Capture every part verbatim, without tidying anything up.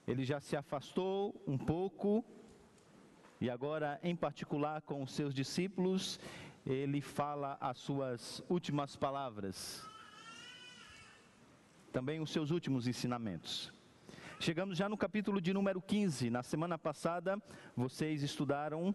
Ele já se afastou um pouco e agora, em particular com os seus discípulos, ele fala as suas últimas palavras, também os seus últimos ensinamentos. Chegamos já no capítulo de número quinze. Na semana passada, vocês estudaram,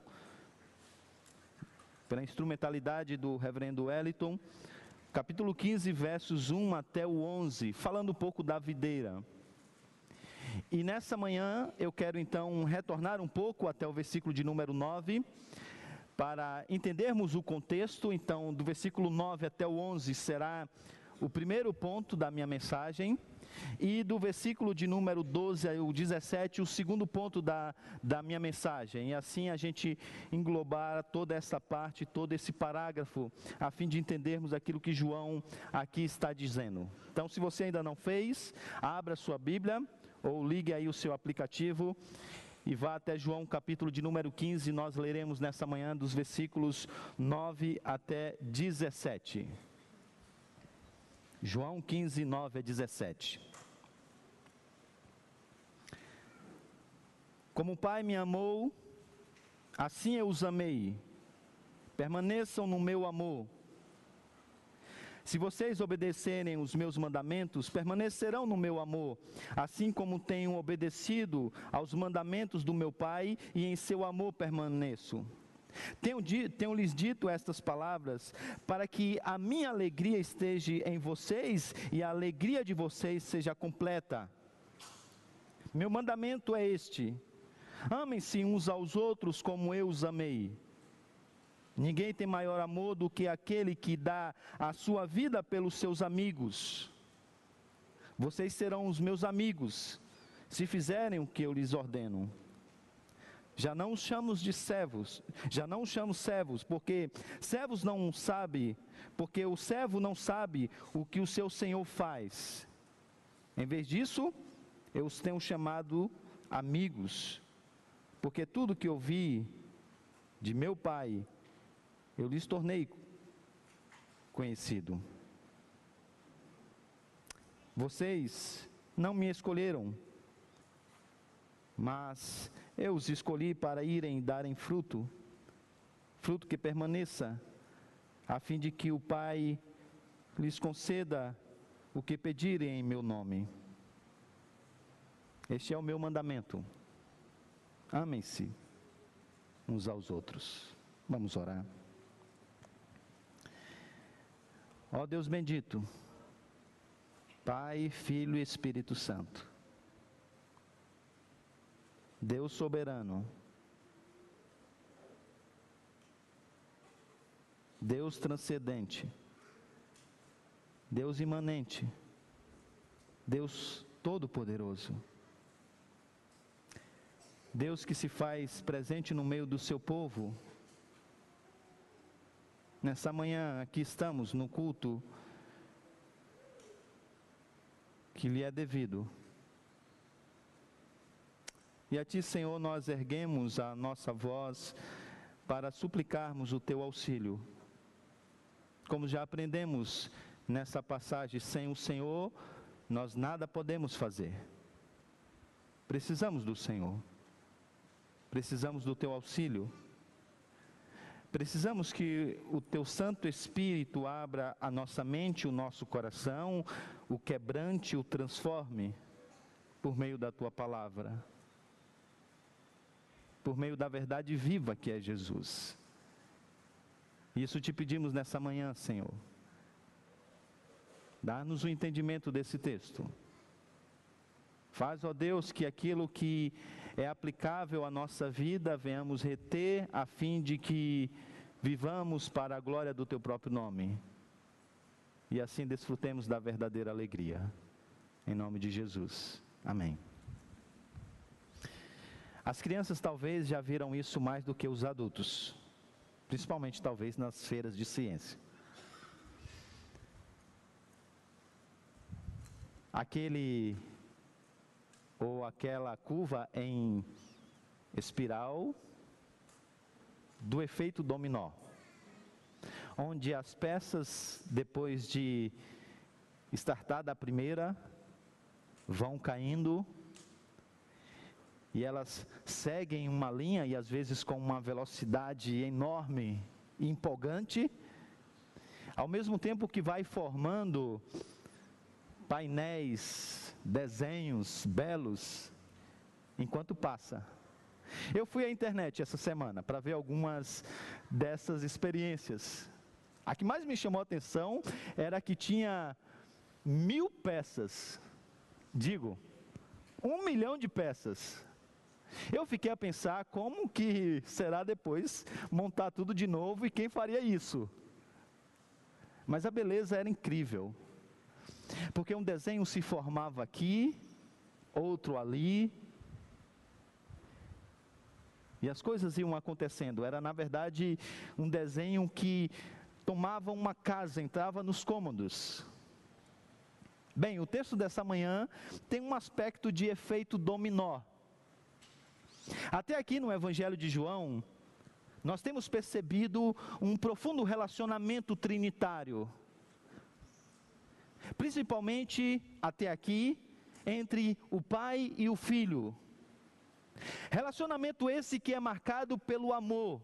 pela instrumentalidade do reverendo Wellington, capítulo quinze, versos um até o onze, falando um pouco da videira. E nessa manhã eu quero então retornar um pouco até o versículo de número nove, para entendermos o contexto. Então, do versículo nove até o onze será o primeiro ponto da minha mensagem, e do versículo de número doze ao dezessete, o segundo ponto da, da minha mensagem, e assim a gente englobar toda essa parte, todo esse parágrafo, a fim de entendermos aquilo que João aqui está dizendo. Então, se você ainda não fez, abra sua Bíblia, ou ligue aí o seu aplicativo, e vá até João capítulo de número quinze, nós leremos nessa manhã dos versículos nove até dezessete. João quinze, nove a dezessete. Como o Pai me amou, assim eu os amei. Permaneçam no meu amor. Se vocês obedecerem os meus mandamentos, permanecerão no meu amor, assim como tenho obedecido aos mandamentos do meu Pai, e em seu amor permaneço. Tenho, tenho lhes dito estas palavras, para que a minha alegria esteja em vocês, e a alegria de vocês seja completa. Meu mandamento é este: amem-se uns aos outros como eu os amei. Ninguém tem maior amor do que aquele que dá a sua vida pelos seus amigos. Vocês serão os meus amigos, se fizerem o que eu lhes ordeno. Já não os chamo de servos, já não os chamo servos, porque servos não sabem, porque o servo não sabe o que o seu senhor faz. Em vez disso, eu os tenho chamado amigos, porque tudo que ouvi de meu Pai, eu lhes tornei conhecido. Vocês não me escolheram, mas eu os escolhi para irem e darem fruto, fruto que permaneça, a fim de que o Pai lhes conceda o que pedirem em meu nome. Este é o meu mandamento: amem-se uns aos outros. Vamos orar. Ó Deus bendito, Pai, Filho e Espírito Santo, Deus soberano, Deus transcendente, Deus imanente, Deus todo-poderoso, Deus que se faz presente no meio do seu povo. Nessa manhã aqui estamos no culto que lhe é devido. E a Ti, Senhor, nós erguemos a nossa voz para suplicarmos o Teu auxílio. Como já aprendemos nessa passagem, sem o Senhor nós nada podemos fazer. Precisamos do Senhor. Precisamos do Teu auxílio. Precisamos que o Teu Santo Espírito abra a nossa mente, o nosso coração, o quebrante, o transforme, por meio da Tua palavra, por meio da verdade viva que é Jesus. Isso te pedimos nessa manhã, Senhor. Dá-nos o entendimento desse texto. Faz, ó Deus, que aquilo que é aplicável à nossa vida venhamos reter, a fim de que vivamos para a glória do Teu próprio nome, e assim desfrutemos da verdadeira alegria. Em nome de Jesus. Amém. As crianças talvez já viram isso mais do que os adultos, principalmente talvez nas feiras de ciência. Aquele ou aquela curva em espiral do efeito dominó, onde as peças, depois de startar da primeira, vão caindo, e elas seguem uma linha, e às vezes com uma velocidade enorme e empolgante, ao mesmo tempo que vai formando painéis, desenhos belos, enquanto passa. Eu fui à internet essa semana para ver algumas dessas experiências. A que mais me chamou a atenção era que tinha mil peças, digo, um milhão de peças. Eu fiquei a pensar como que será depois montar tudo de novo e quem faria isso. Mas a beleza era incrível, porque um desenho se formava aqui, outro ali, e as coisas iam acontecendo. Era na verdade um desenho que tomava uma casa, entrava nos cômodos. Bem, o texto dessa manhã tem um aspecto de efeito dominó. Até aqui no Evangelho de João, nós temos percebido um profundo relacionamento trinitário, principalmente até aqui, entre o Pai e o Filho. Relacionamento esse que é marcado pelo amor.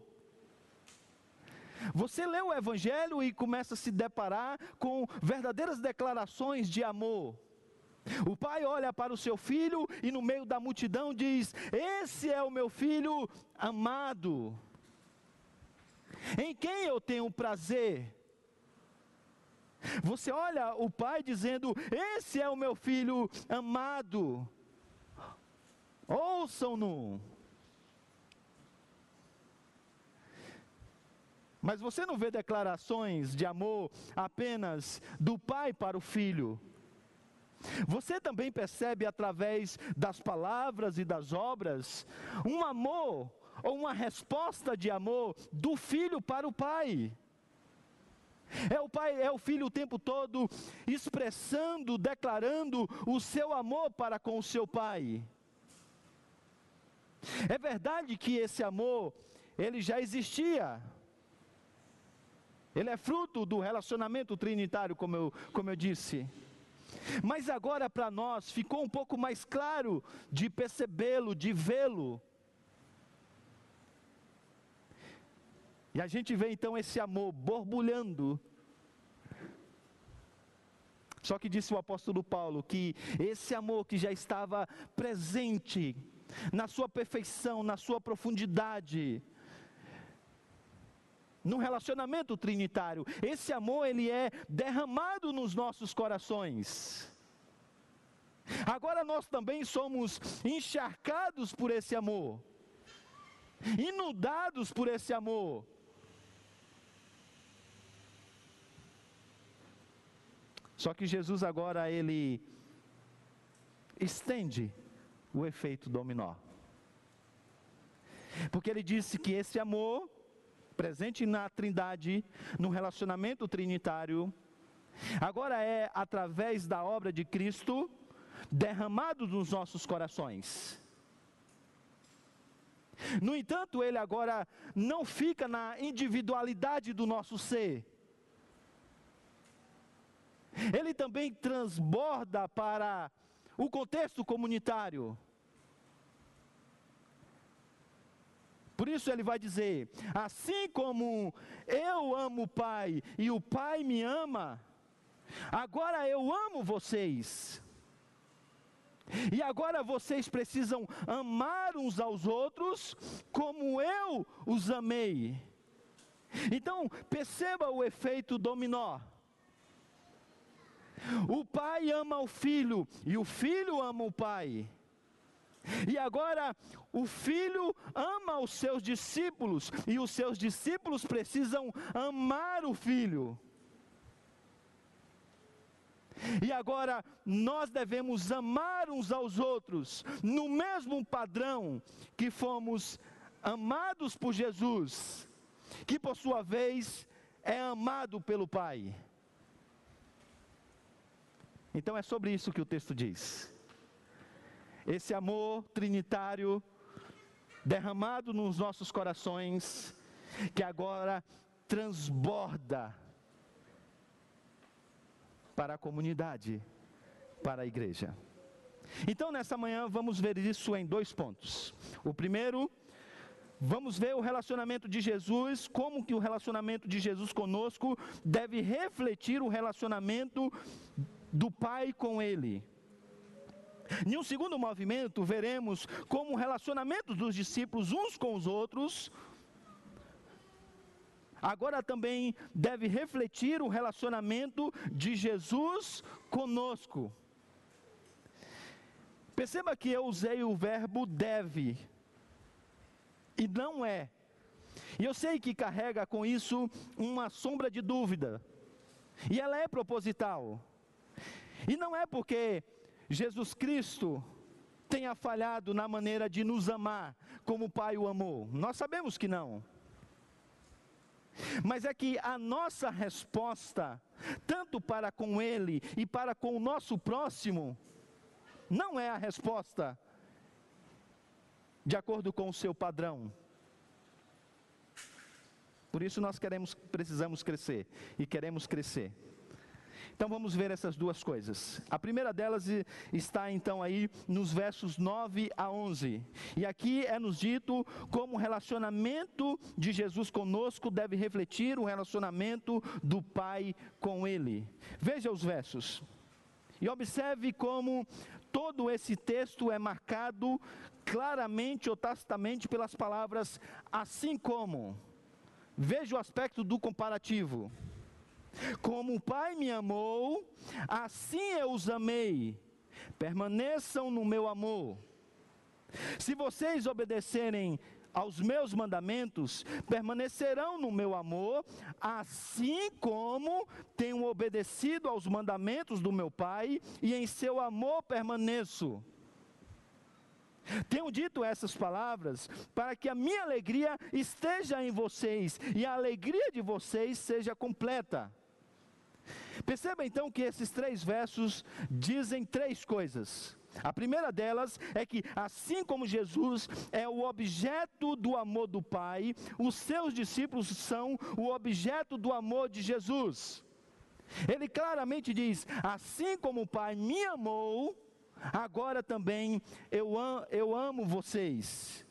Você lê o Evangelho e começa a se deparar com verdadeiras declarações de amor. O pai olha para o seu filho e no meio da multidão diz: esse é o meu filho amado, em quem eu tenho prazer. Você olha o pai dizendo: esse é o meu filho amado, ouçam-no. Mas você não vê declarações de amor apenas do pai para o filho. Você também percebe através das palavras e das obras um amor ou uma resposta de amor do filho para o pai. É o pai, é o filho o tempo todo expressando, declarando o seu amor para com o seu pai. É verdade que esse amor, ele já existia. Ele é fruto do relacionamento trinitário, como eu, como eu disse. Mas agora para nós ficou um pouco mais claro de percebê-lo, de vê-lo. E a gente vê então esse amor borbulhando. Só que disse o apóstolo Paulo que esse amor que já estava presente na sua perfeição, na sua profundidade, no relacionamento trinitário, esse amor ele é derramado nos nossos corações. Agora nós também somos encharcados por esse amor, inundados por esse amor. Só que Jesus agora ele estende o efeito dominó, porque ele disse que esse amor presente na Trindade, no relacionamento trinitário, agora é através da obra de Cristo, derramado nos nossos corações. No entanto, ele agora não fica na individualidade do nosso ser. Ele também transborda para o contexto comunitário. Por isso ele vai dizer: assim como eu amo o Pai e o Pai me ama, agora eu amo vocês. E agora vocês precisam amar uns aos outros como eu os amei. Então perceba o efeito dominó. O pai ama o filho e o filho ama o pai. E agora o filho ama os seus discípulos e os seus discípulos precisam amar o filho. E agora nós devemos amar uns aos outros no mesmo padrão que fomos amados por Jesus, que por sua vez é amado pelo Pai. Então é sobre isso que o texto diz. Esse amor trinitário derramado nos nossos corações, que agora transborda para a comunidade, para a igreja. Então, nessa manhã, vamos ver isso em dois pontos. O primeiro, vamos ver o relacionamento de Jesus, como que o relacionamento de Jesus conosco deve refletir o relacionamento do Pai com Ele. Em um segundo movimento, veremos como o relacionamento dos discípulos uns com os outros agora também deve refletir o relacionamento de Jesus conosco. Perceba que eu usei o verbo deve, e não é. E eu sei que carrega com isso uma sombra de dúvida, e ela é proposital. E não é porque Jesus Cristo tenha falhado na maneira de nos amar como o Pai o amou. Nós sabemos que não. Mas é que a nossa resposta, tanto para com Ele e para com o nosso próximo, não é a resposta de acordo com o seu padrão. Por isso nós queremos, precisamos crescer e queremos crescer. Então vamos ver essas duas coisas. A primeira delas está então aí nos versos nove a onze. E aqui é nos dito como o relacionamento de Jesus conosco deve refletir o relacionamento do Pai com Ele. Veja os versos. E observe como todo esse texto é marcado claramente ou tacitamente pelas palavras assim como. Veja o aspecto do comparativo. Como o Pai me amou, assim eu os amei. Permaneçam no meu amor. Se vocês obedecerem aos meus mandamentos, permanecerão no meu amor, assim como tenho obedecido aos mandamentos do meu Pai, e em seu amor permaneço. Tenho dito essas palavras para que a minha alegria esteja em vocês e a alegria de vocês seja completa. Perceba então que esses três versos dizem três coisas. A primeira delas é que, assim como Jesus é o objeto do amor do Pai, os seus discípulos são o objeto do amor de Jesus. Ele claramente diz: assim como o Pai me amou, agora também eu amo, eu amo vocês.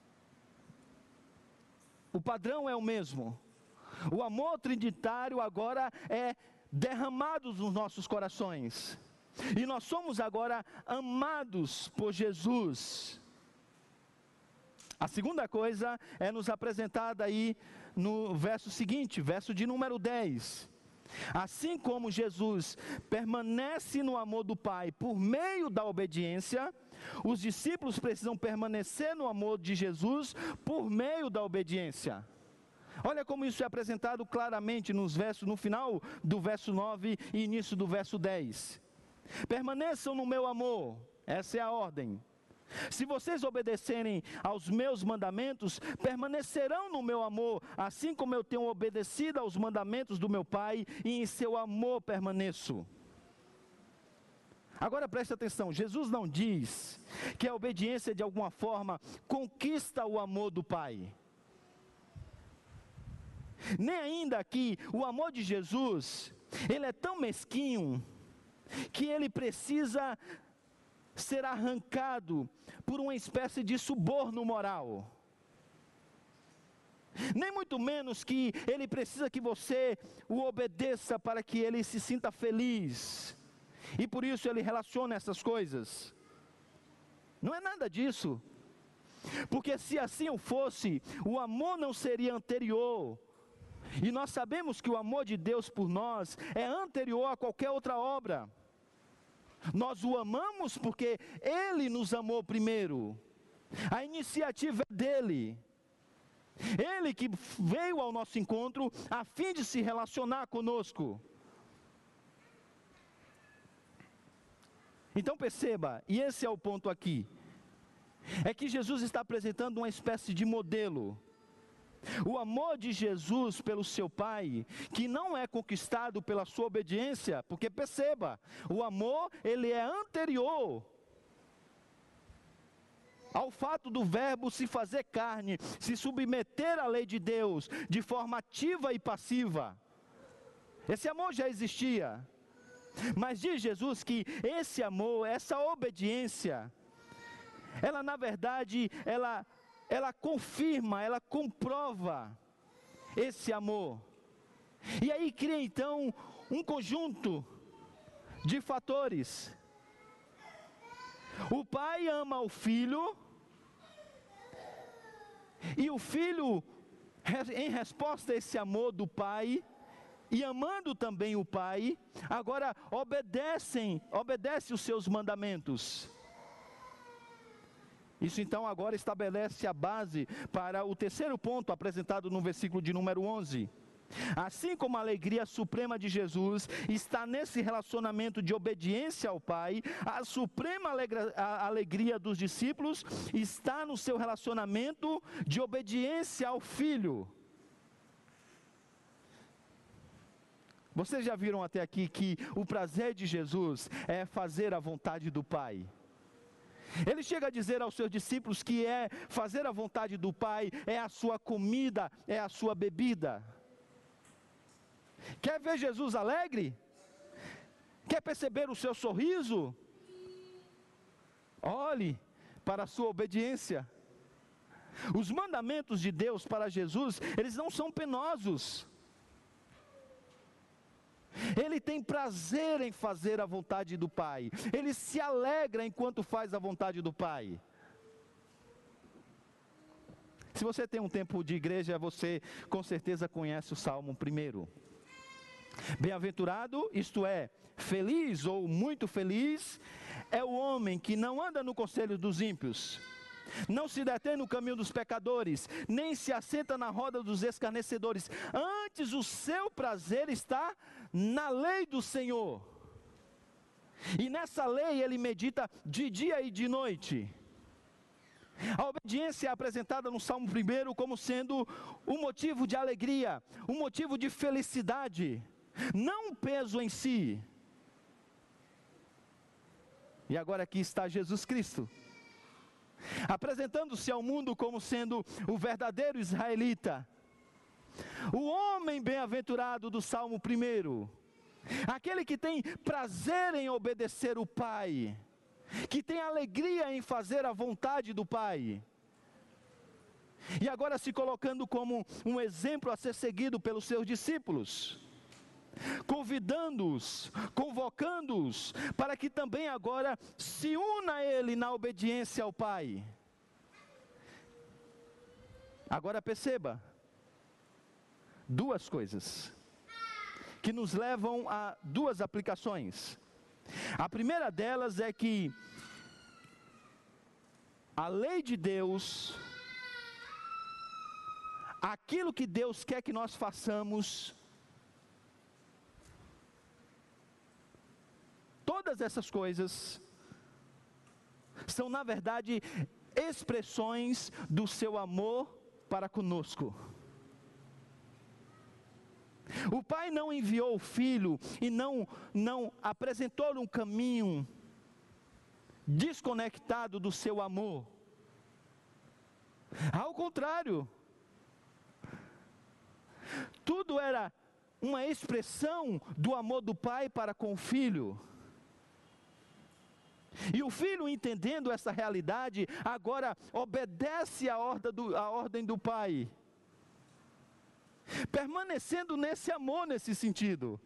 O padrão é o mesmo. O amor trinitário agora é derramado nos nossos corações. E nós somos agora amados por Jesus. A segunda coisa é nos apresentada aí no verso seguinte, verso de número dez. Assim como Jesus permanece no amor do Pai por meio da obediência, os discípulos precisam permanecer no amor de Jesus por meio da obediência. Olha como isso é apresentado claramente nos versos, no final do verso nove e início do verso dez. Permaneçam no meu amor, essa é a ordem. Se vocês obedecerem aos meus mandamentos, permanecerão no meu amor, assim como eu tenho obedecido aos mandamentos do meu Pai, e em seu amor permaneço. Agora preste atenção, Jesus não diz que a obediência de alguma forma conquista o amor do Pai. Nem ainda aqui, o amor de Jesus, ele é tão mesquinho, que ele precisa ser arrancado por uma espécie de suborno moral. Nem muito menos que ele precisa que você o obedeça para que ele se sinta feliz. E por isso ele relaciona essas coisas. Não é nada disso. Porque se assim o fosse, o amor não seria anterior. E nós sabemos que o amor de Deus por nós é anterior a qualquer outra obra. Nós o amamos porque Ele nos amou primeiro. A iniciativa é dEle. Ele que veio ao nosso encontro a fim de se relacionar conosco. Então perceba, e esse é o ponto aqui, é que Jesus está apresentando uma espécie de modelo. O amor de Jesus pelo seu Pai, que não é conquistado pela sua obediência, porque perceba, o amor ele é anterior ao fato do verbo se fazer carne, se submeter à lei de Deus, de forma ativa e passiva. Esse amor já existia. Mas diz Jesus que esse amor, essa obediência, ela na verdade, ela, ela confirma, ela comprova esse amor. E aí cria então um conjunto de fatores. O pai ama o filho, e o filho, em resposta a esse amor do pai, e amando também o pai, agora obedecem, obedece os seus mandamentos. Isso então agora estabelece a base para o terceiro ponto apresentado no versículo de número onze. Assim como a alegria suprema de Jesus está nesse relacionamento de obediência ao Pai, a suprema alegra, a alegria dos discípulos está no seu relacionamento de obediência ao Filho. Vocês já viram até aqui que o prazer de Jesus é fazer a vontade do Pai? Ele chega a dizer aos seus discípulos que é fazer a vontade do Pai, é a sua comida, é a sua bebida. Quer ver Jesus alegre? Quer perceber o seu sorriso? Olhe para a sua obediência. Os mandamentos de Deus para Jesus, eles não são penosos. Ele tem prazer em fazer a vontade do Pai. Ele se alegra enquanto faz a vontade do Pai. Se você tem um tempo de igreja, você com certeza conhece o Salmo primeiro. Bem-aventurado, isto é, feliz ou muito feliz, é o homem que não anda no conselho dos ímpios, não se detém no caminho dos pecadores, nem se assenta na roda dos escarnecedores. Antes o seu prazer está na lei do Senhor, e nessa lei ele medita de dia e de noite. A obediência é apresentada no Salmo primeiro como sendo um motivo de alegria, um motivo de felicidade, não um peso em si. E agora aqui está Jesus Cristo, apresentando-se ao mundo como sendo o verdadeiro israelita, o homem bem-aventurado do Salmo primeiro, aquele que tem prazer em obedecer o Pai, que tem alegria em fazer a vontade do Pai, e agora se colocando como um exemplo a ser seguido pelos seus discípulos, convidando-os, convocando-os, para que também agora se una a Ele na obediência ao Pai. Agora perceba, duas coisas, que nos levam a duas aplicações. A primeira delas é que a lei de Deus, aquilo que Deus quer que nós façamos, todas essas coisas são na verdade expressões do seu amor para conosco. O Pai não enviou o Filho e não, não apresentou um caminho desconectado do seu amor. Ao contrário, tudo era uma expressão do amor do Pai para com o Filho. E o Filho, entendendo essa realidade, agora obedece a ordem do, a ordem do Pai, permanecendo nesse amor, nesse sentido.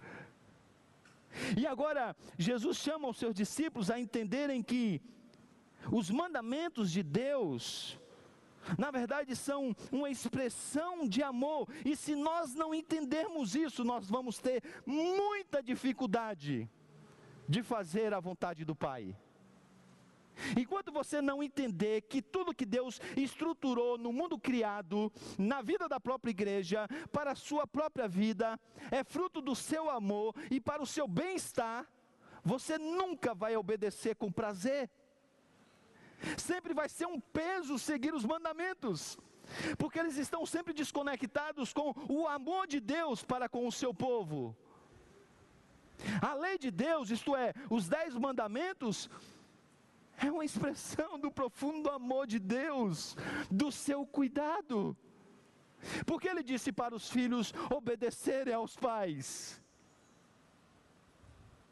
E agora Jesus chama os seus discípulos a entenderem que os mandamentos de Deus, na verdade, são uma expressão de amor, e se nós não entendermos isso, nós vamos ter muita dificuldade de fazer a vontade do Pai. Enquanto você não entender que tudo que Deus estruturou no mundo criado, na vida da própria igreja, para a sua própria vida, é fruto do seu amor e para o seu bem-estar, você nunca vai obedecer com prazer. Sempre vai ser um peso seguir os mandamentos, porque eles estão sempre desconectados com o amor de Deus para com o seu povo. A lei de Deus, isto é, os dez mandamentos, é uma expressão do profundo amor de Deus, do seu cuidado. Porque Ele disse para os filhos obedecerem aos pais.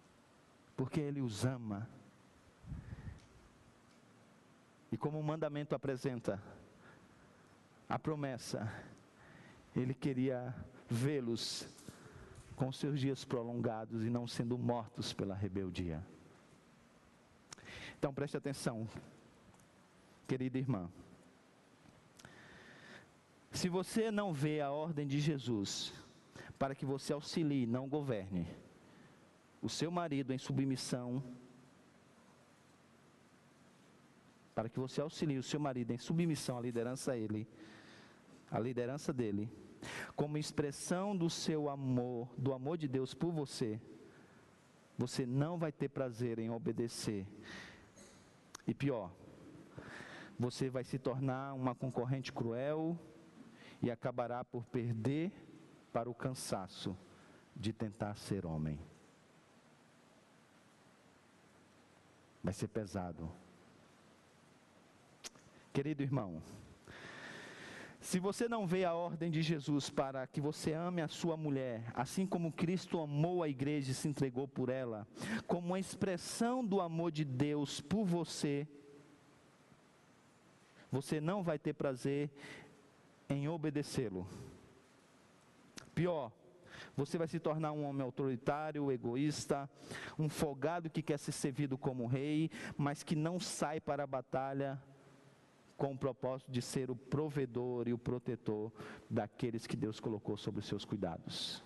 porque Ele os ama. E como o mandamento apresenta a promessa, Ele queria vê-los com seus dias prolongados e não sendo mortos pela rebeldia. Então preste atenção, querida irmã. Se você não vê a ordem de Jesus para que você auxilie, não governe, o seu marido em submissão, para que você auxilie o seu marido em submissão à liderança a ele, a liderança dele, como expressão do seu amor, do amor de Deus por você, você não vai ter prazer em obedecer. E pior, você vai se tornar uma concorrente cruel e acabará por perder para o cansaço de tentar ser homem. Vai ser pesado. Querido irmão, se você não vê a ordem de Jesus para que você ame a sua mulher, assim como Cristo amou a igreja e se entregou por ela, como uma expressão do amor de Deus por você, você não vai ter prazer em obedecê-lo. Pior, você vai se tornar um homem autoritário, egoísta, um folgado que quer ser servido como rei, mas que não sai para a batalha com o propósito de ser o provedor e o protetor daqueles que Deus colocou sob os seus cuidados.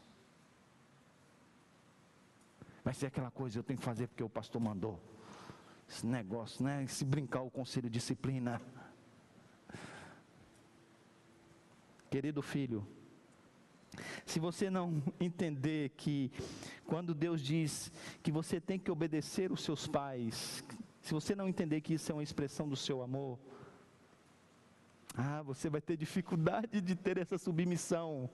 Vai ser aquela coisa, eu tenho que fazer porque o pastor mandou. Esse negócio, né? Se brincar o conselho de disciplina. Querido filho, se você não entender que quando Deus diz que você tem que obedecer os seus pais, se você não entender que isso é uma expressão do seu amor, ah, você vai ter dificuldade de ter essa submissão.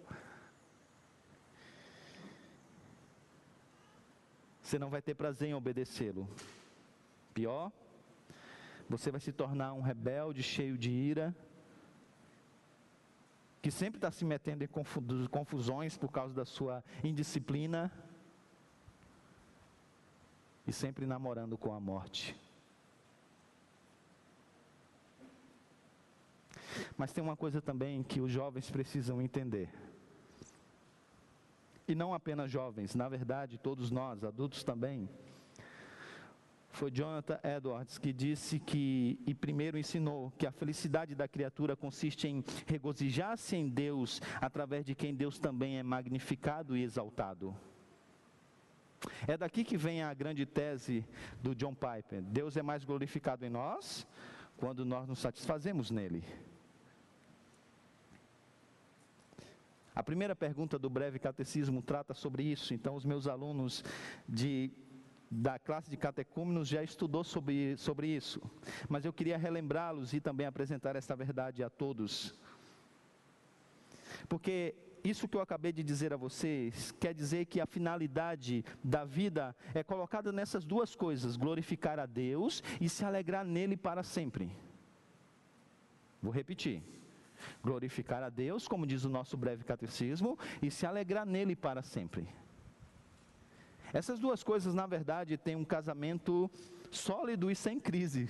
Você não vai ter prazer em obedecê-lo. Pior, você vai se tornar um rebelde cheio de ira, que sempre está se metendo em confusões por causa da sua indisciplina, e sempre namorando com a morte. Mas tem uma coisa também que os jovens precisam entender. E não apenas jovens, na verdade todos nós, adultos também. Foi Jonathan Edwards que disse que, e primeiro ensinou, que a felicidade da criatura consiste em regozijar-se em Deus, através de quem Deus também é magnificado e exaltado. É daqui que vem a grande tese do John Piper: Deus é mais glorificado em nós, quando nós nos satisfazemos nele. A primeira pergunta do breve catecismo trata sobre isso, então os meus alunos de, da classe de catecúmenos já estudou sobre, sobre isso, mas eu queria relembrá-los e também apresentar essa verdade a todos, porque isso que eu acabei de dizer a vocês, quer dizer que a finalidade da vida é colocada nessas duas coisas: glorificar a Deus e se alegrar nele para sempre. Vou repetir: glorificar a Deus, como diz o nosso breve catecismo, e se alegrar nele para sempre. Essas duas coisas, na verdade, têm um casamento sólido e sem crise.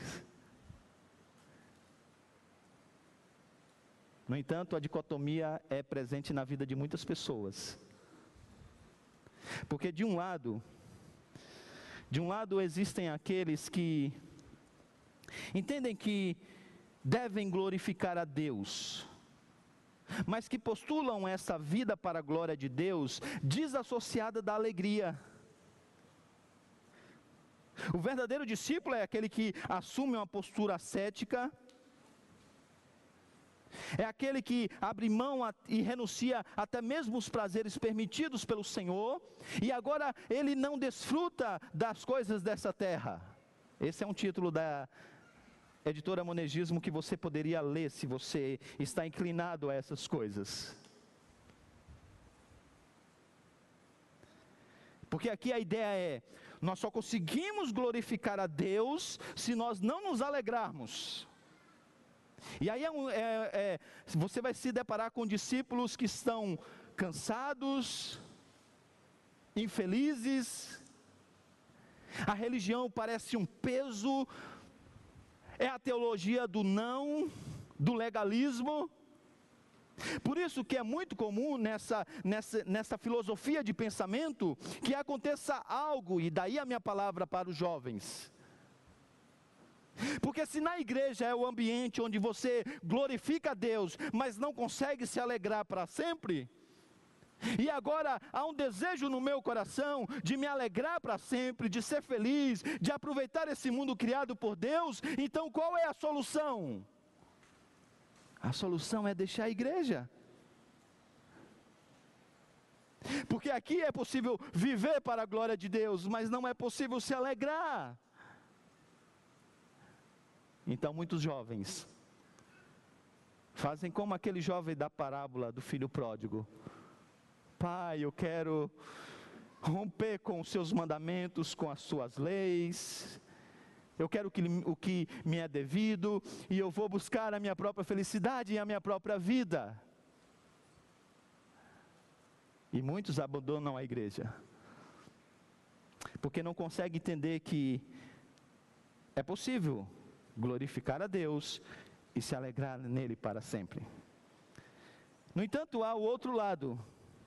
No entanto, a dicotomia é presente na vida de muitas pessoas. Porque de um lado, de um lado existem aqueles que entendem que devem glorificar a Deus, mas que postulam essa vida para a glória de Deus desassociada da alegria. O verdadeiro discípulo é aquele que assume uma postura ascética, é aquele que abre mão a, e renuncia até mesmo os prazeres permitidos pelo Senhor, e agora ele não desfruta das coisas dessa terra. Esse é um título da editora Monegismo que você poderia ler se você está inclinado a essas coisas. Porque aqui a ideia é: nós só conseguimos glorificar a Deus se nós não nos alegrarmos. E aí é, é, é, você vai se deparar com discípulos que estão cansados, infelizes, A religião parece um peso, é a teologia do não, do legalismo. Por isso que é muito comum nessa, nessa, nessa filosofia de pensamento que aconteça algo, e daí a minha palavra para os jovens. Porque se na igreja é o ambiente onde você glorifica a Deus, mas não consegue se alegrar para sempre, e agora há um desejo no meu coração de me alegrar para sempre, de ser feliz, de aproveitar esse mundo criado por Deus, então qual é a solução? A solução é deixar a igreja. Porque aqui é possível viver para a glória de Deus, mas não é possível se alegrar. Então muitos jovens fazem como aquele jovem da parábola do filho pródigo. Pai, eu quero romper com os seus mandamentos, com as suas leis. Eu quero que, o que me é devido, e eu vou buscar a minha própria felicidade e a minha própria vida. E muitos abandonam a igreja, porque não conseguem entender que é possível glorificar a Deus e se alegrar nele para sempre. No entanto, há o outro lado.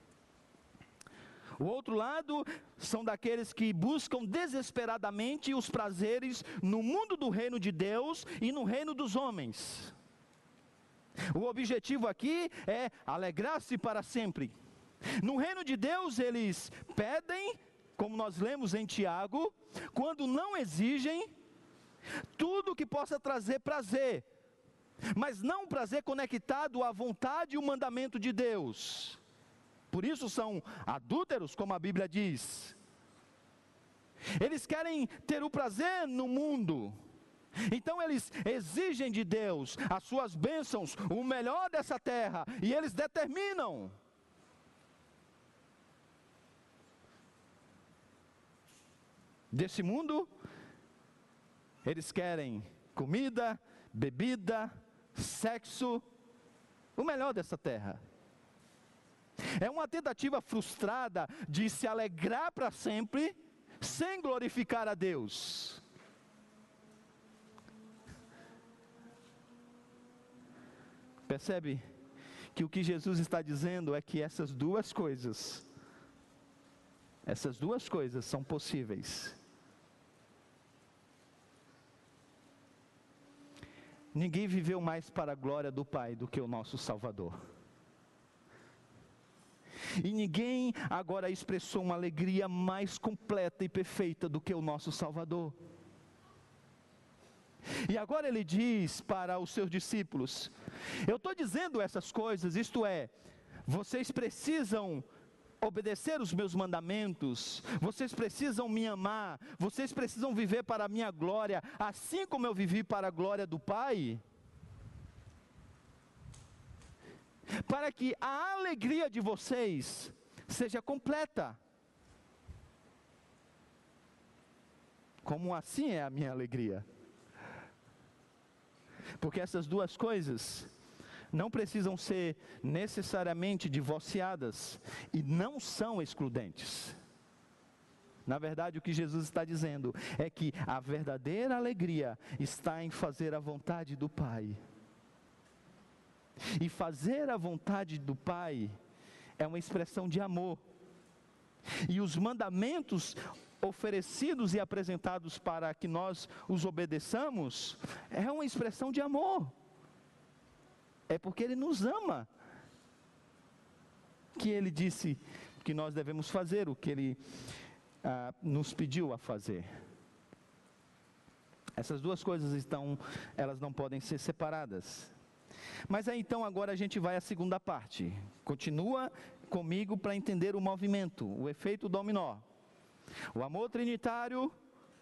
O outro lado são daqueles que buscam desesperadamente os prazeres no mundo do reino de Deus e no reino dos homens. O objetivo aqui é alegrar-se para sempre. No reino de Deus eles pedem, como nós lemos em Tiago, quando não exigem, tudo que possa trazer prazer, mas não prazer conectado à vontade e o mandamento de Deus. Por isso são adúlteros, como a Bíblia diz. Eles querem ter o prazer no mundo, então eles exigem de Deus as suas bênçãos, o melhor dessa terra, e eles determinam. Desse mundo, eles querem comida, bebida, sexo, o melhor dessa terra. É uma tentativa frustrada de se alegrar para sempre, sem glorificar a Deus. Percebe que o que Jesus está dizendo é que essas duas coisas, essas duas coisas são possíveis. Ninguém viveu mais para a glória do Pai do que o nosso Salvador. E ninguém agora expressou uma alegria mais completa e perfeita do que o nosso Salvador. E agora ele diz para os seus discípulos: eu estou dizendo essas coisas, isto é, vocês precisam obedecer os meus mandamentos, vocês precisam me amar, vocês precisam viver para a minha glória, assim como eu vivi para a glória do Pai, para que a alegria de vocês seja completa. Como assim é a minha alegria? Porque essas duas coisas não precisam ser necessariamente divorciadas e não são excludentes. Na verdade, o que Jesus está dizendo é que a verdadeira alegria está em fazer a vontade do Pai. E fazer a vontade do Pai é uma expressão de amor. E os mandamentos oferecidos e apresentados para que nós os obedeçamos é uma expressão de amor. É porque Ele nos ama que Ele disse que nós devemos fazer o que Ele ah, nos pediu a fazer. Essas duas coisas estão, elas não podem ser separadas. Mas aí então agora a gente vai à segunda parte. Continua comigo para entender o movimento, o efeito dominó. O amor trinitário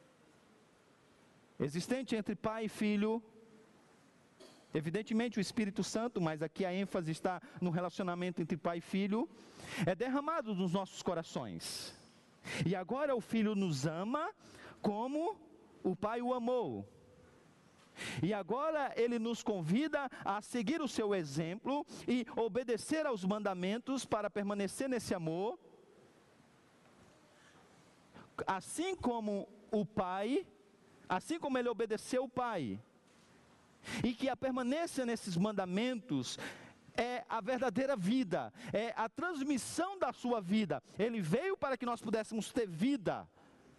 existente entre Pai e Filho, evidentemente o Espírito Santo, mas aqui a ênfase está no relacionamento entre Pai e Filho, é derramado nos nossos corações. E agora o Filho nos ama como o Pai o amou. E agora Ele nos convida a seguir o seu exemplo e obedecer aos mandamentos para permanecer nesse amor, assim como o Pai, assim como ele obedeceu o Pai, e que a permanência nesses mandamentos é a verdadeira vida, é a transmissão da sua vida. Ele veio para que nós pudéssemos ter vida,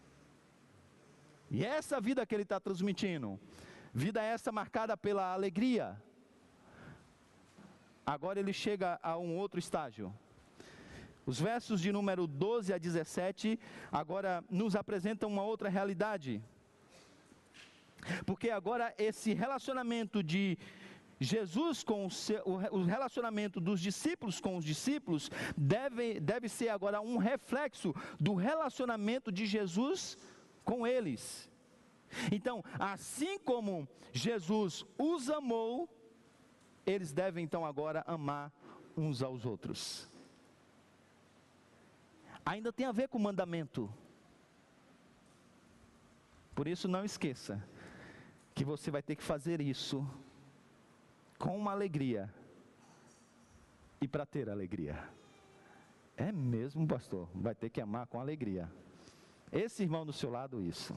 e essa vida que ele está transmitindo, vida essa marcada pela alegria. Agora ele chega a um outro estágio. Os versos de número doze a dezessete, agora nos apresentam uma outra realidade. Porque agora esse relacionamento de Jesus com o, seu, o relacionamento dos discípulos com os discípulos, deve, deve ser agora um reflexo do relacionamento de Jesus com eles. Então, assim como Jesus os amou, eles devem então agora amar uns aos outros. Ainda tem a ver com o mandamento. Por isso não esqueça que você vai ter que fazer isso com uma alegria e para ter alegria. É mesmo, pastor? Vai ter que amar com alegria. Esse irmão do seu lado, isso.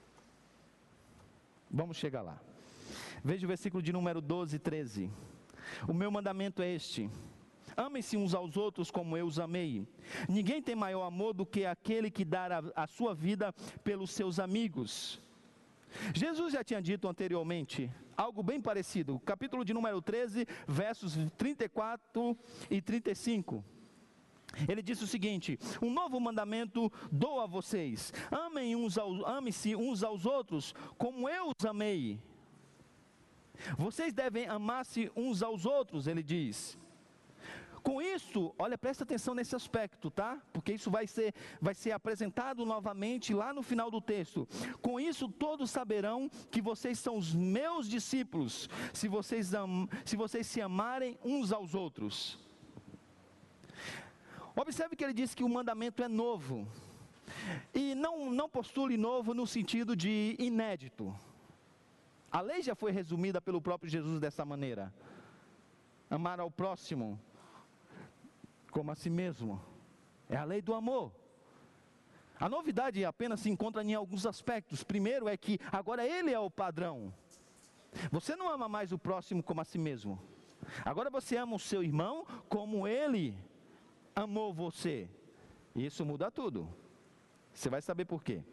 Vamos chegar lá. Veja o versículo de número doze e treze. O meu mandamento é este: amem-se uns aos outros como eu os amei. Ninguém tem maior amor do que aquele que dá a, a sua vida pelos seus amigos. Jesus já tinha dito anteriormente algo bem parecido. Capítulo de número treze, versos trinta e quatro e trinta e cinco. Ele disse o seguinte: um novo mandamento dou a vocês: amem uns aos, ame-se uns aos outros como eu os amei. Vocês devem amar-se uns aos outros, ele diz. Com isso, olha, presta atenção nesse aspecto, tá? Porque isso vai ser, vai ser apresentado novamente lá no final do texto. Com isso, todos saberão que vocês são os meus discípulos, se vocês, am, se vocês se amarem uns aos outros. Observe que ele diz que o mandamento é novo. E não, não postule novo no sentido de inédito. A lei já foi resumida pelo próprio Jesus dessa maneira: amar ao próximo como a si mesmo. É a lei do amor. A novidade apenas se encontra em alguns aspectos. Primeiro é que agora ele é o padrão. Você não ama mais o próximo como a si mesmo. Agora você ama o seu irmão como ele amou você. E isso muda tudo. Você vai saber por quê.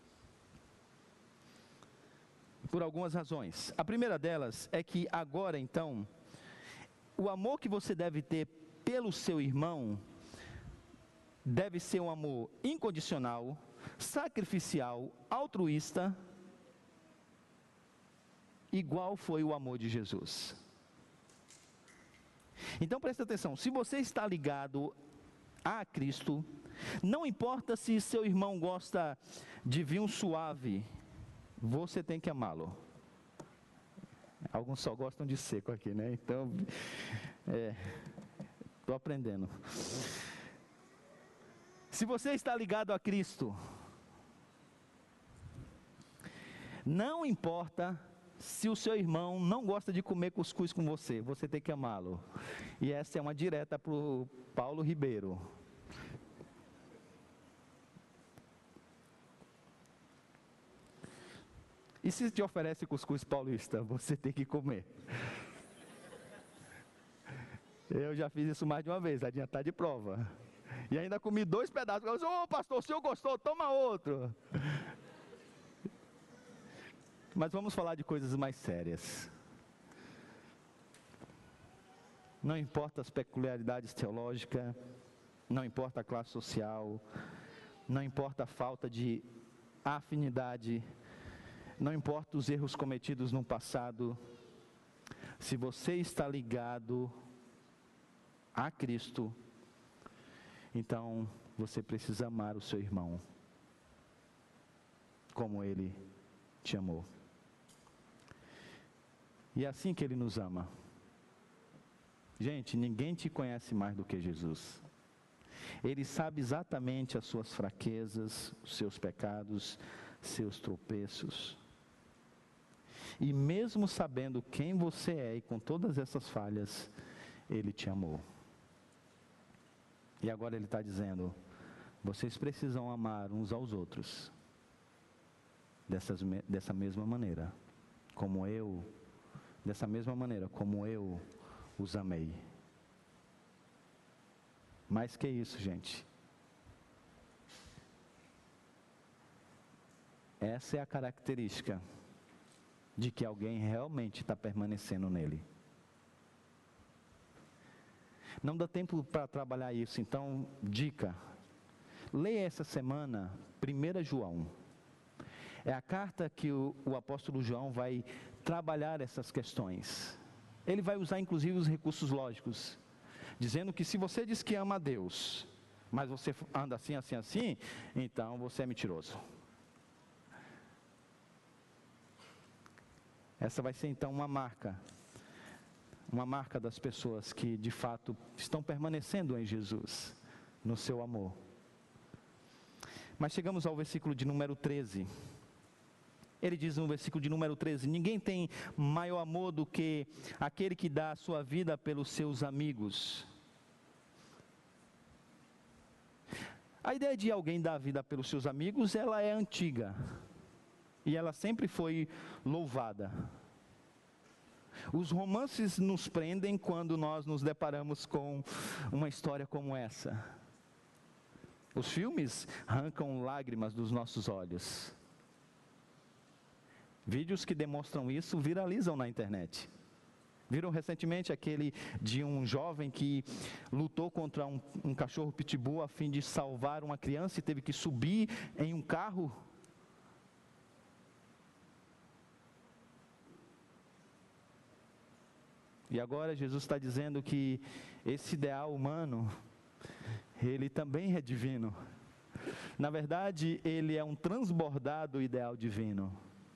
Por algumas razões. A primeira delas é que agora então, o amor que você deve ter pelo seu irmão deve ser um amor incondicional, sacrificial, altruísta, igual foi o amor de Jesus. Então presta atenção: se você está ligado a Cristo, não importa se seu irmão gosta de vinho suave, você tem que amá-lo. Alguns só gostam de seco aqui, né? Então, é, estou aprendendo. Se você está ligado a Cristo, não importa se o seu irmão não gosta de comer cuscuz com você, você tem que amá-lo. E essa é uma direta para o Paulo Ribeiro. E se te oferece cuscuz paulista, você tem que comer. Eu já fiz isso mais de uma vez, adiantar de prova. E ainda comi dois pedaços. Eu disse: ô pastor, o senhor gostou? Toma outro. Mas vamos falar de coisas mais sérias. Não importa as peculiaridades teológicas, não importa a classe social, não importa a falta de afinidade, não importa os erros cometidos no passado. Se você está ligado a Cristo, então você precisa amar o seu irmão como ele te amou. E é assim que ele nos ama. Gente, ninguém te conhece mais do que Jesus. Ele sabe exatamente as suas fraquezas, os seus pecados, seus tropeços. E mesmo sabendo quem você é e com todas essas falhas, ele te amou. E agora ele está dizendo: vocês precisam amar uns aos outros. dessas, dessa mesma maneira, como eu, dessa mesma maneira, como eu os amei. Mais que isso, gente. Essa é a característica de que alguém realmente está permanecendo nele. Não dá tempo para trabalhar isso, então, dica. Leia essa semana primeiro João. É a carta que o, o apóstolo João vai trabalhar essas questões. Ele vai usar inclusive os recursos lógicos, dizendo que se você diz que ama a Deus, mas você anda assim, assim, assim, então você é mentiroso. Essa vai ser então uma marca, uma marca das pessoas que de fato estão permanecendo em Jesus, no seu amor. Mas chegamos ao versículo de número treze. Ele diz no versículo de número treze: ninguém tem maior amor do que aquele que dá a sua vida pelos seus amigos. A ideia de alguém dar a vida pelos seus amigos, ela é antiga. E ela sempre foi louvada. Os romances nos prendem quando nós nos deparamos com uma história como essa. Os filmes arrancam lágrimas dos nossos olhos. Vídeos que demonstram isso viralizam na internet. Viram recentemente aquele de um jovem que lutou contra um, um cachorro pitbull a fim de salvar uma criança e teve que subir em um carro? E agora Jesus está dizendo que esse ideal humano, ele também é divino. Na verdade, ele é um transbordado ideal divino.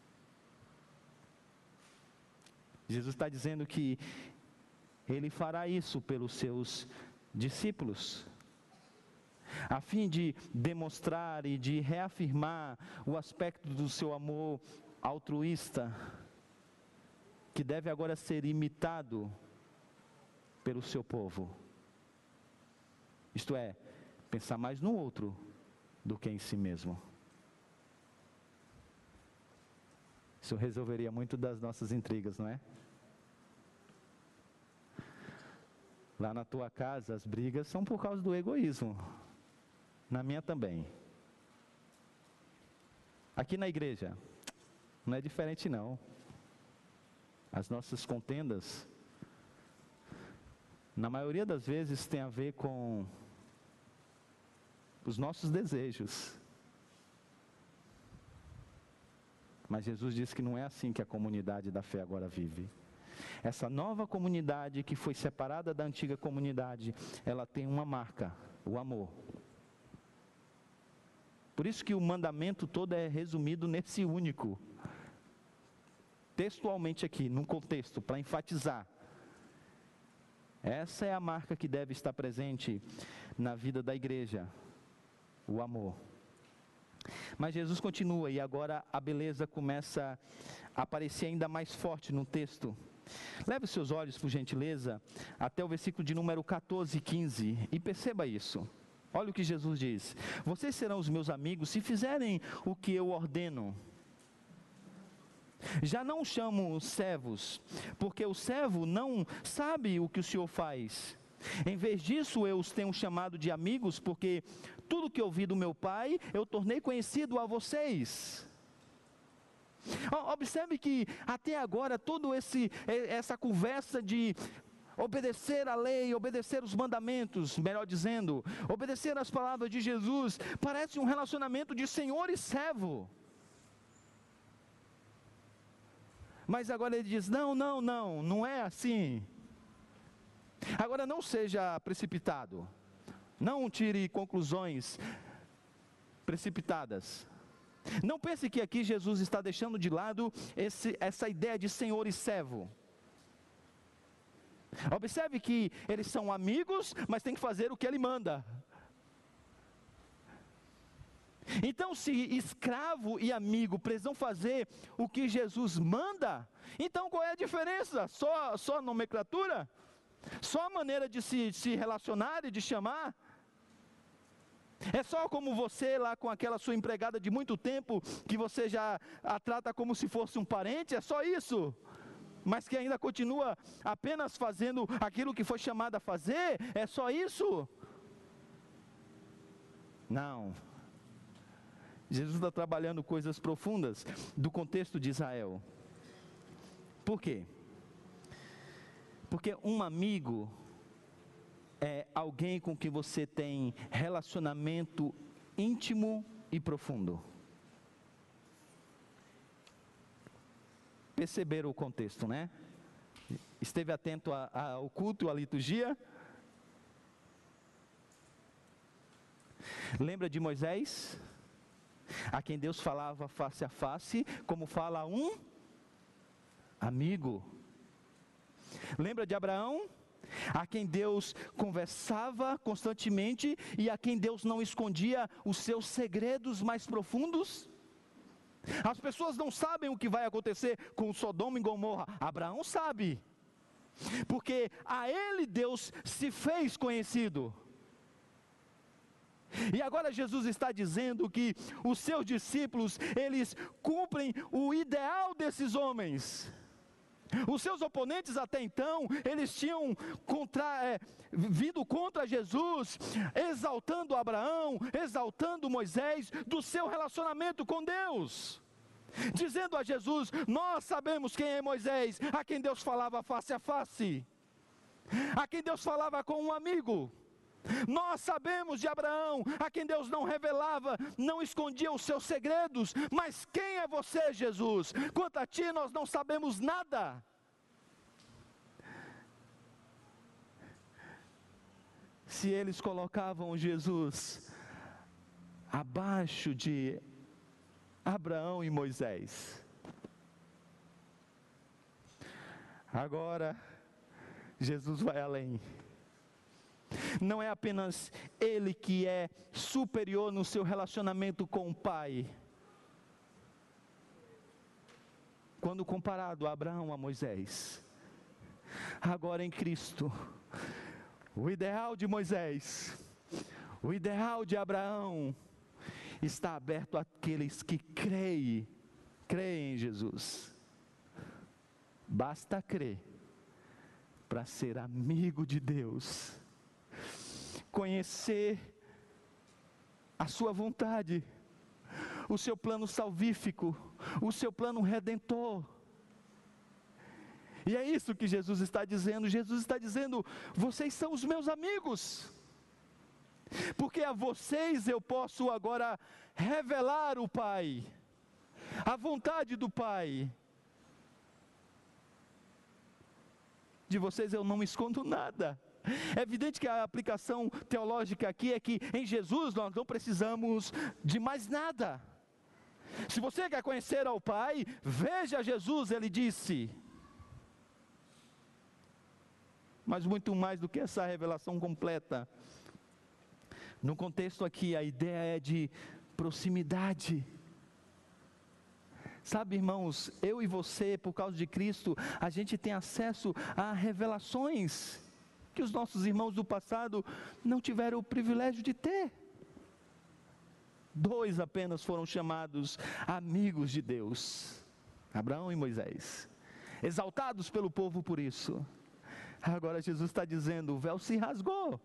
Jesus está dizendo que ele fará isso pelos seus discípulos, a fim de demonstrar e de reafirmar o aspecto do seu amor altruísta, que deve agora ser imitado pelo seu povo. Isto é, pensar mais no outro do que em si mesmo. Isso resolveria muito das nossas intrigas, não é? Lá na tua casa, as brigas são por causa do egoísmo. Na minha também. Aqui na igreja, não é diferente não. As nossas contendas, na maioria das vezes, tem a ver com os nossos desejos. Mas Jesus disse que não é assim que a comunidade da fé agora vive. Essa nova comunidade que foi separada da antiga comunidade, ela tem uma marca, o amor. Por isso que o mandamento todo é resumido nesse único. Textualmente aqui, num contexto, para enfatizar. Essa é a marca que deve estar presente na vida da igreja, o amor. Mas Jesus continua e agora a beleza começa a aparecer ainda mais forte no texto. Leve os seus olhos, por gentileza, até o versículo de número catorze e quinze e perceba isso. Olha o que Jesus diz: vocês serão os meus amigos se fizerem o que eu ordeno. Já não chamo servos, porque o servo não sabe o que o Senhor faz. Em vez disso, eu os tenho chamado de amigos, porque tudo que ouvi do meu Pai, eu tornei conhecido a vocês. Observe que até agora, toda essa conversa de obedecer a lei, obedecer os mandamentos, melhor dizendo, obedecer as palavras de Jesus, parece um relacionamento de senhor e servo. Mas agora ele diz: não, não, não, não é assim. Agora não seja precipitado, não tire conclusões precipitadas. Não pense que aqui Jesus está deixando de lado esse, essa ideia de senhor e servo. Observe que eles são amigos, mas tem que fazer o que ele manda. Então, se escravo e amigo precisam fazer o que Jesus manda, então qual é a diferença? Só, só a nomenclatura? Só a maneira de se, se relacionar e de chamar? É só como você lá com aquela sua empregada de muito tempo, que você já a trata como se fosse um parente? É só isso? Mas que ainda continua apenas fazendo aquilo que foi chamado a fazer? É só isso? Não. Jesus está trabalhando coisas profundas do contexto de Israel. Por quê? Porque um amigo é alguém com quem você tem relacionamento íntimo e profundo. Perceberam o contexto, né? Esteve atento a, a, ao culto, à liturgia? Lembra de Moisés? A quem Deus falava face a face, como fala a um amigo. Lembra de Abraão? A quem Deus conversava constantemente e a quem Deus não escondia os seus segredos mais profundos? As pessoas não sabem o que vai acontecer com Sodoma e Gomorra. Abraão sabe, porque a ele Deus se fez conhecido. E agora Jesus está dizendo que os seus discípulos, eles cumprem o ideal desses homens. Os seus oponentes até então, eles tinham contra, é, vindo contra Jesus, exaltando Abraão, exaltando Moisés, do seu relacionamento com Deus, dizendo a Jesus: nós sabemos quem é Moisés, a quem Deus falava face a face, a quem Deus falava com um amigo. Nós sabemos de Abraão, a quem Deus não revelava, não escondia os seus segredos. Mas quem é você, Jesus? Quanto a ti, nós não sabemos nada. Se eles colocavam Jesus abaixo de Abraão e Moisés, agora Jesus vai além. Não é apenas ele que é superior no seu relacionamento com o Pai, quando comparado a Abraão, a Moisés. Agora em Cristo, o ideal de Moisés, o ideal de Abraão, está aberto àqueles que creem, creem em Jesus. Basta crer para ser amigo de Deus, conhecer a sua vontade, o seu plano salvífico, o seu plano redentor. E é isso que Jesus está dizendo. Jesus está dizendo: vocês são os meus amigos, porque a vocês eu posso agora revelar o Pai, a vontade do Pai. De vocês eu não escondo nada. É evidente que a aplicação teológica aqui é que em Jesus nós não precisamos de mais nada. Se você quer conhecer ao Pai, veja Jesus, ele disse. Mas muito mais do que essa revelação completa, no contexto aqui a ideia é de proximidade. Sabe, irmãos, eu e você, por causa de Cristo, a gente tem acesso a revelações que os nossos irmãos do passado não tiveram o privilégio de ter. Dois apenas foram chamados amigos de Deus, Abraão e Moisés, exaltados pelo povo por isso. Agora Jesus está dizendo: o véu se rasgou.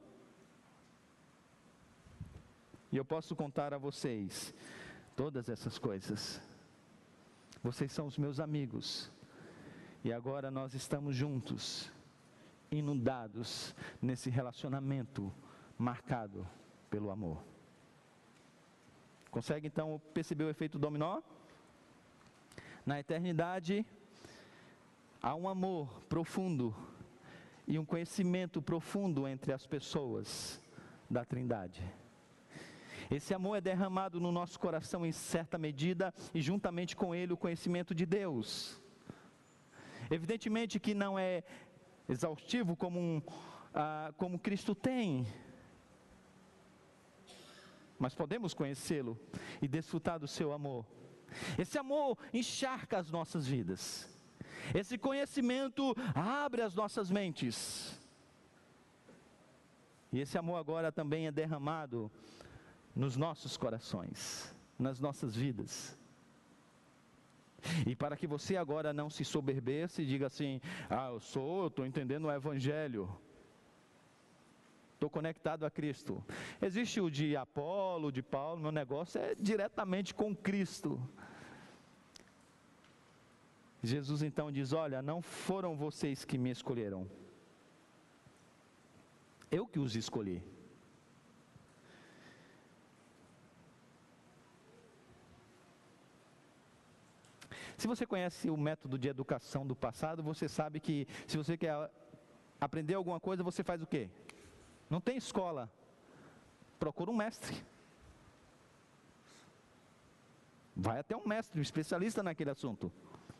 E eu posso contar a vocês todas essas coisas. Vocês são os meus amigos, e agora nós estamos juntos, inundados nesse relacionamento marcado pelo amor. Consegue então perceber o efeito dominó? Na eternidade há um amor profundo e um conhecimento profundo entre as pessoas da Trindade. Esse amor é derramado no nosso coração em certa medida, e juntamente com ele o conhecimento de Deus. Evidentemente que não é exaustivo como, um, ah, como Cristo tem, mas podemos conhecê-lo e desfrutar do seu amor. Esse amor encharca as nossas vidas, esse conhecimento abre as nossas mentes, e esse amor agora também é derramado nos nossos corações, nas nossas vidas. E para que você agora não se soberbeça e diga assim: ah, eu sou, eu estou entendendo o Evangelho, estou conectado a Cristo. Existe o de Apolo, de Paulo, meu negócio é diretamente com Cristo. Jesus então diz: olha, não foram vocês que me escolheram, eu que os escolhi. Se você conhece o método de educação do passado, você sabe que se você quer aprender alguma coisa, você faz o quê? Não tem escola, procura um mestre. Vai até um mestre, um especialista naquele assunto.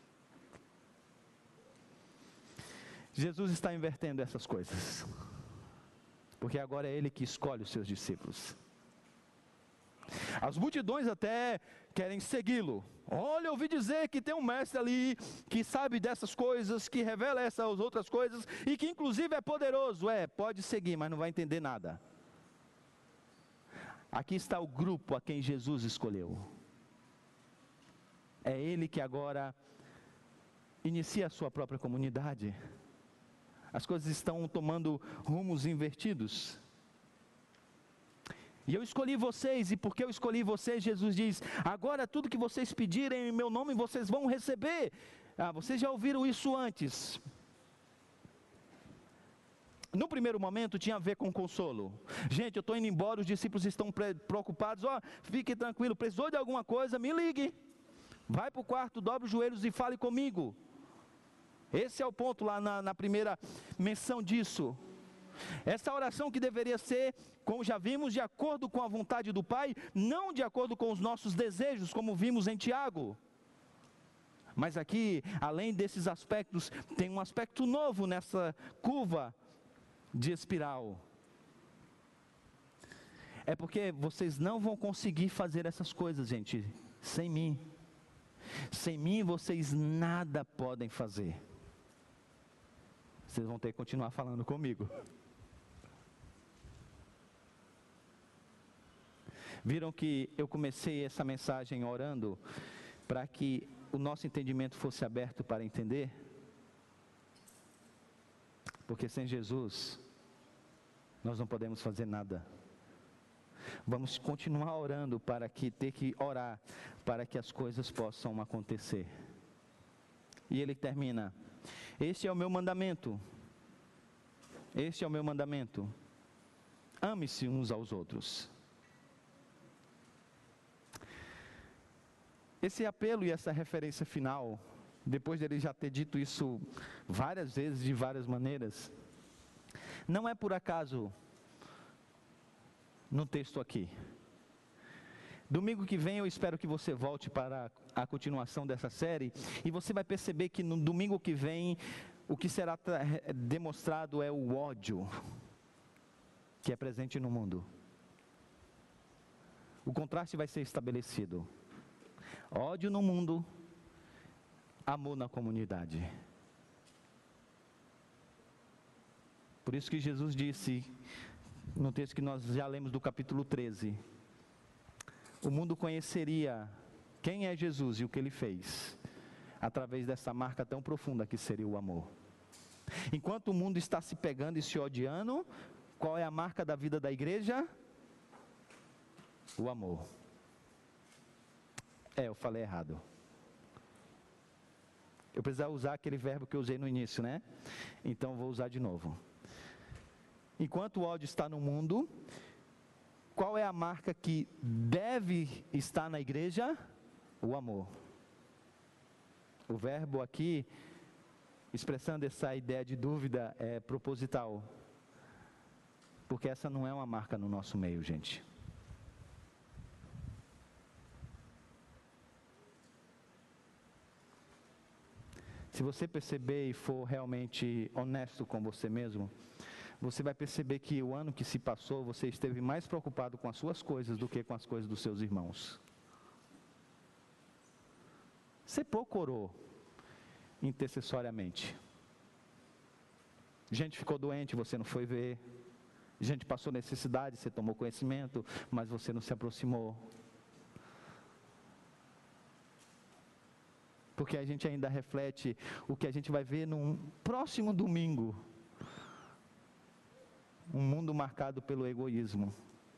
Jesus está invertendo essas coisas, porque agora é Ele que escolhe os seus discípulos. As multidões até querem segui-lo. Olha, eu ouvi dizer que tem um mestre ali que sabe dessas coisas, que revela essas outras coisas e que inclusive é poderoso. É, pode seguir, mas não vai entender nada. Aqui está o grupo a quem Jesus escolheu. É Ele que agora inicia a sua própria comunidade. As coisas estão tomando rumos invertidos. E eu escolhi vocês, e porque eu escolhi vocês, Jesus diz: agora tudo que vocês pedirem em meu nome, vocês vão receber. Ah, vocês já ouviram isso antes. No primeiro momento tinha a ver com consolo. Gente, eu estou indo embora, os discípulos estão preocupados. Ó, oh, fique tranquilo, precisou de alguma coisa, me ligue. Vai para o quarto, dobre os joelhos e fale comigo. Esse é o ponto lá na, na primeira menção disso. Essa oração que deveria ser, como já vimos, de acordo com a vontade do Pai, não de acordo com os nossos desejos, como vimos em Tiago. Mas aqui, além desses aspectos, tem um aspecto novo nessa curva de espiral. É porque vocês não vão conseguir fazer essas coisas, gente, sem mim. Sem mim vocês nada podem fazer. Vocês vão ter que continuar falando comigo. Viram que eu comecei essa mensagem orando para que o nosso entendimento fosse aberto para entender? Porque sem Jesus, nós não podemos fazer nada. Vamos continuar orando para que ter que orar, para que as coisas possam acontecer. E ele termina: este é o meu mandamento. Este é o meu mandamento. Ame-se uns aos outros. Esse apelo e essa referência final, depois dele já ter dito isso várias vezes, de várias maneiras, não é por acaso no texto aqui. Domingo que vem eu espero que você volte para a continuação dessa série, e você vai perceber que no domingo que vem, o que será demonstrado é o ódio que é presente no mundo. O contraste vai ser estabelecido. Ódio no mundo, amor na comunidade. Por isso que Jesus disse, no texto que nós já lemos do capítulo treze, o mundo conheceria quem é Jesus e o que ele fez, através dessa marca tão profunda que seria o amor. Enquanto o mundo está se pegando e se odiando, qual é a marca da vida da igreja? O amor. É, eu falei errado. Eu precisava usar aquele verbo que eu usei no início, né? Então vou usar de novo. Enquanto o ódio está no mundo, qual é a marca que deve estar na igreja? O amor. O verbo aqui, expressando essa ideia de dúvida, é proposital. Porque essa não é uma marca no nosso meio, gente. Se você perceber e for realmente honesto com você mesmo, você vai perceber que o ano que se passou, você esteve mais preocupado com as suas coisas do que com as coisas dos seus irmãos. Você procurou intercessoriamente. Gente ficou doente, você não foi ver. A gente passou necessidade, você tomou conhecimento, mas você não se aproximou. Porque a gente ainda reflete o que a gente vai ver num próximo domingo. Um mundo marcado pelo egoísmo.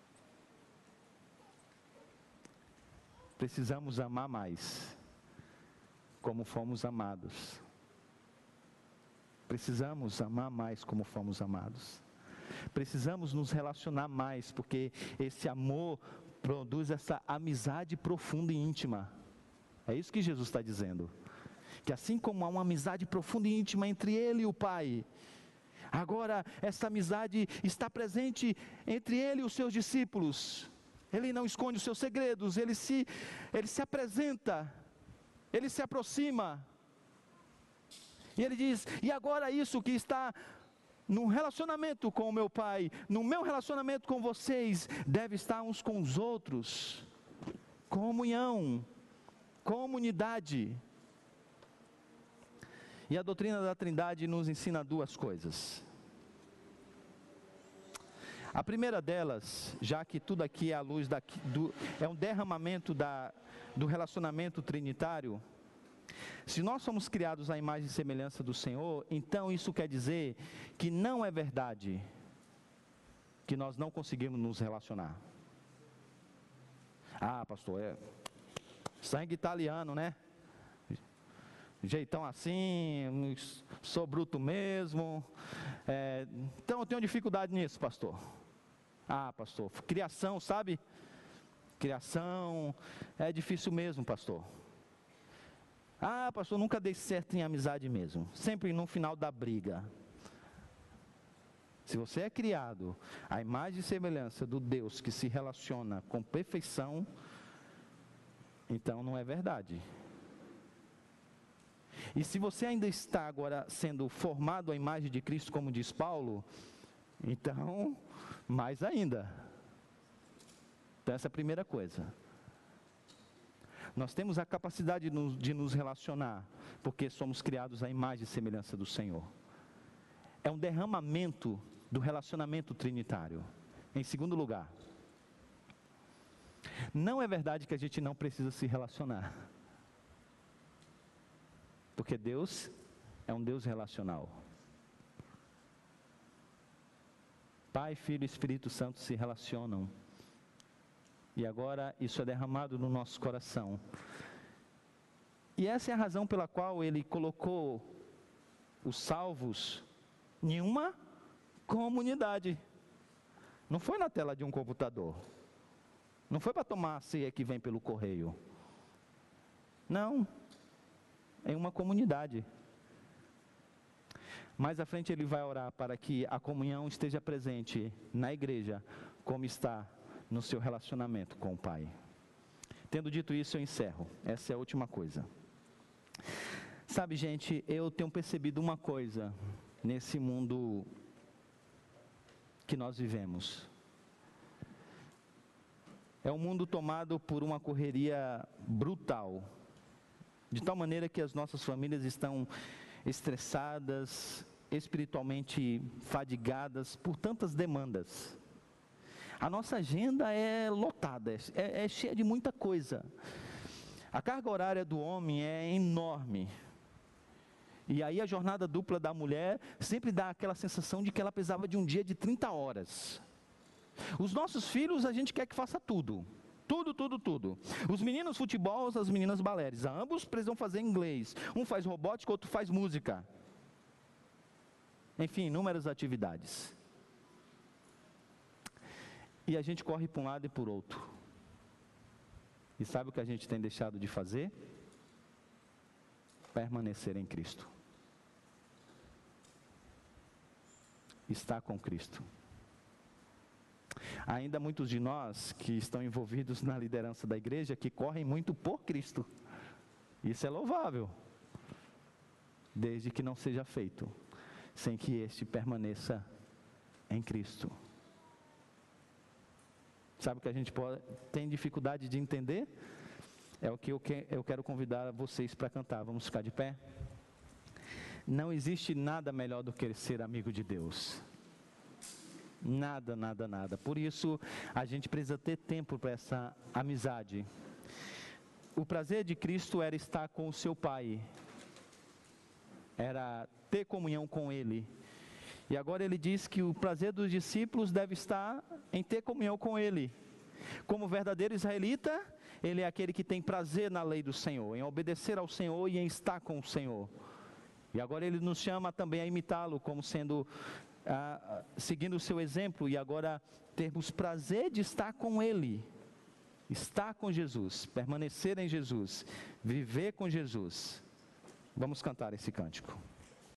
Precisamos amar mais, como fomos amados. Precisamos amar mais como fomos amados. Precisamos nos relacionar mais, porque esse amor produz essa amizade profunda e íntima. É isso que Jesus está dizendo. Que assim como há uma amizade profunda e íntima entre Ele e o Pai, agora essa amizade está presente entre Ele e os seus discípulos. Ele não esconde os seus segredos, Ele se, ele se apresenta, Ele se aproxima. E Ele diz, e agora isso que está num relacionamento com o meu Pai, no meu relacionamento com vocês, deve estar uns com os outros. Comunhão, comunidade. E a doutrina da Trindade nos ensina duas coisas. A primeira delas, já que tudo aqui é a luz daqui, do, é um derramamento da, do relacionamento trinitário. Se nós somos criados à imagem e semelhança do Senhor, então isso quer dizer que não é verdade que nós não conseguimos nos relacionar. Ah, pastor, é sangue italiano, né? Jeitão assim, sou bruto mesmo. É, então eu tenho dificuldade nisso, pastor. Ah, pastor, criação, sabe? Criação é difícil mesmo, pastor. Ah, pastor, nunca dei certo em amizade mesmo. Sempre no final da briga. Se você é criado à imagem e semelhança do Deus que se relaciona com perfeição, então não é verdade. E se você ainda está agora sendo formado à imagem de Cristo, como diz Paulo, então, mais ainda. Então essa é a primeira coisa. Nós temos a capacidade de nos, de nos relacionar, porque somos criados à imagem e semelhança do Senhor. É um derramamento do relacionamento trinitário. Em segundo lugar, não é verdade que a gente não precisa se relacionar. Porque Deus é um Deus relacional. Pai, Filho e Espírito Santo se relacionam. E agora isso é derramado no nosso coração. E essa é a razão pela qual Ele colocou os salvos em uma comunidade. Não foi na tela de um computador. Não foi para tomar a ceia que vem pelo correio. Não. Em uma comunidade. Mais à frente ele vai orar para que a comunhão esteja presente na igreja, como está no seu relacionamento com o Pai. Tendo dito isso, eu encerro. Essa é a última coisa. Sabe, gente, eu tenho percebido uma coisa nesse mundo que nós vivemos. É um mundo tomado por uma correria brutal. De tal maneira que as nossas famílias estão estressadas, espiritualmente fadigadas por tantas demandas. A nossa agenda é lotada, é, é cheia de muita coisa. A carga horária do homem é enorme. E aí a jornada dupla da mulher sempre dá aquela sensação de que ela precisava de um dia de trinta horas. Os nossos filhos a gente quer que faça tudo. Tudo, tudo, tudo. Os meninos futebol, as meninas balés. Ambos precisam fazer inglês. Um faz robótica, outro faz música. Enfim, inúmeras atividades. E a gente corre para um lado e para o outro. E sabe o que a gente tem deixado de fazer? Permanecer em Cristo. Estar com Cristo. Ainda muitos de nós que estão envolvidos na liderança da igreja, que correm muito por Cristo. Isso é louvável. Desde que não seja feito sem que este permaneça em Cristo. Sabe o que a gente pode, tem dificuldade de entender? É o que eu, que eu quero convidar vocês para cantar. Vamos ficar de pé? Não existe nada melhor do que ser amigo de Deus. Nada, nada, nada. Por isso, a gente precisa ter tempo para essa amizade. O prazer de Cristo era estar com o seu Pai, era ter comunhão com Ele. E agora ele diz que o prazer dos discípulos deve estar em ter comunhão com Ele. Como verdadeiro israelita, ele é aquele que tem prazer na lei do Senhor, em obedecer ao Senhor e em estar com o Senhor. E agora ele nos chama também a imitá-lo, como sendo, ah, seguindo o seu exemplo, e agora termos prazer de estar com Ele. Estar com Jesus, permanecer em Jesus, viver com Jesus. Vamos cantar esse cântico.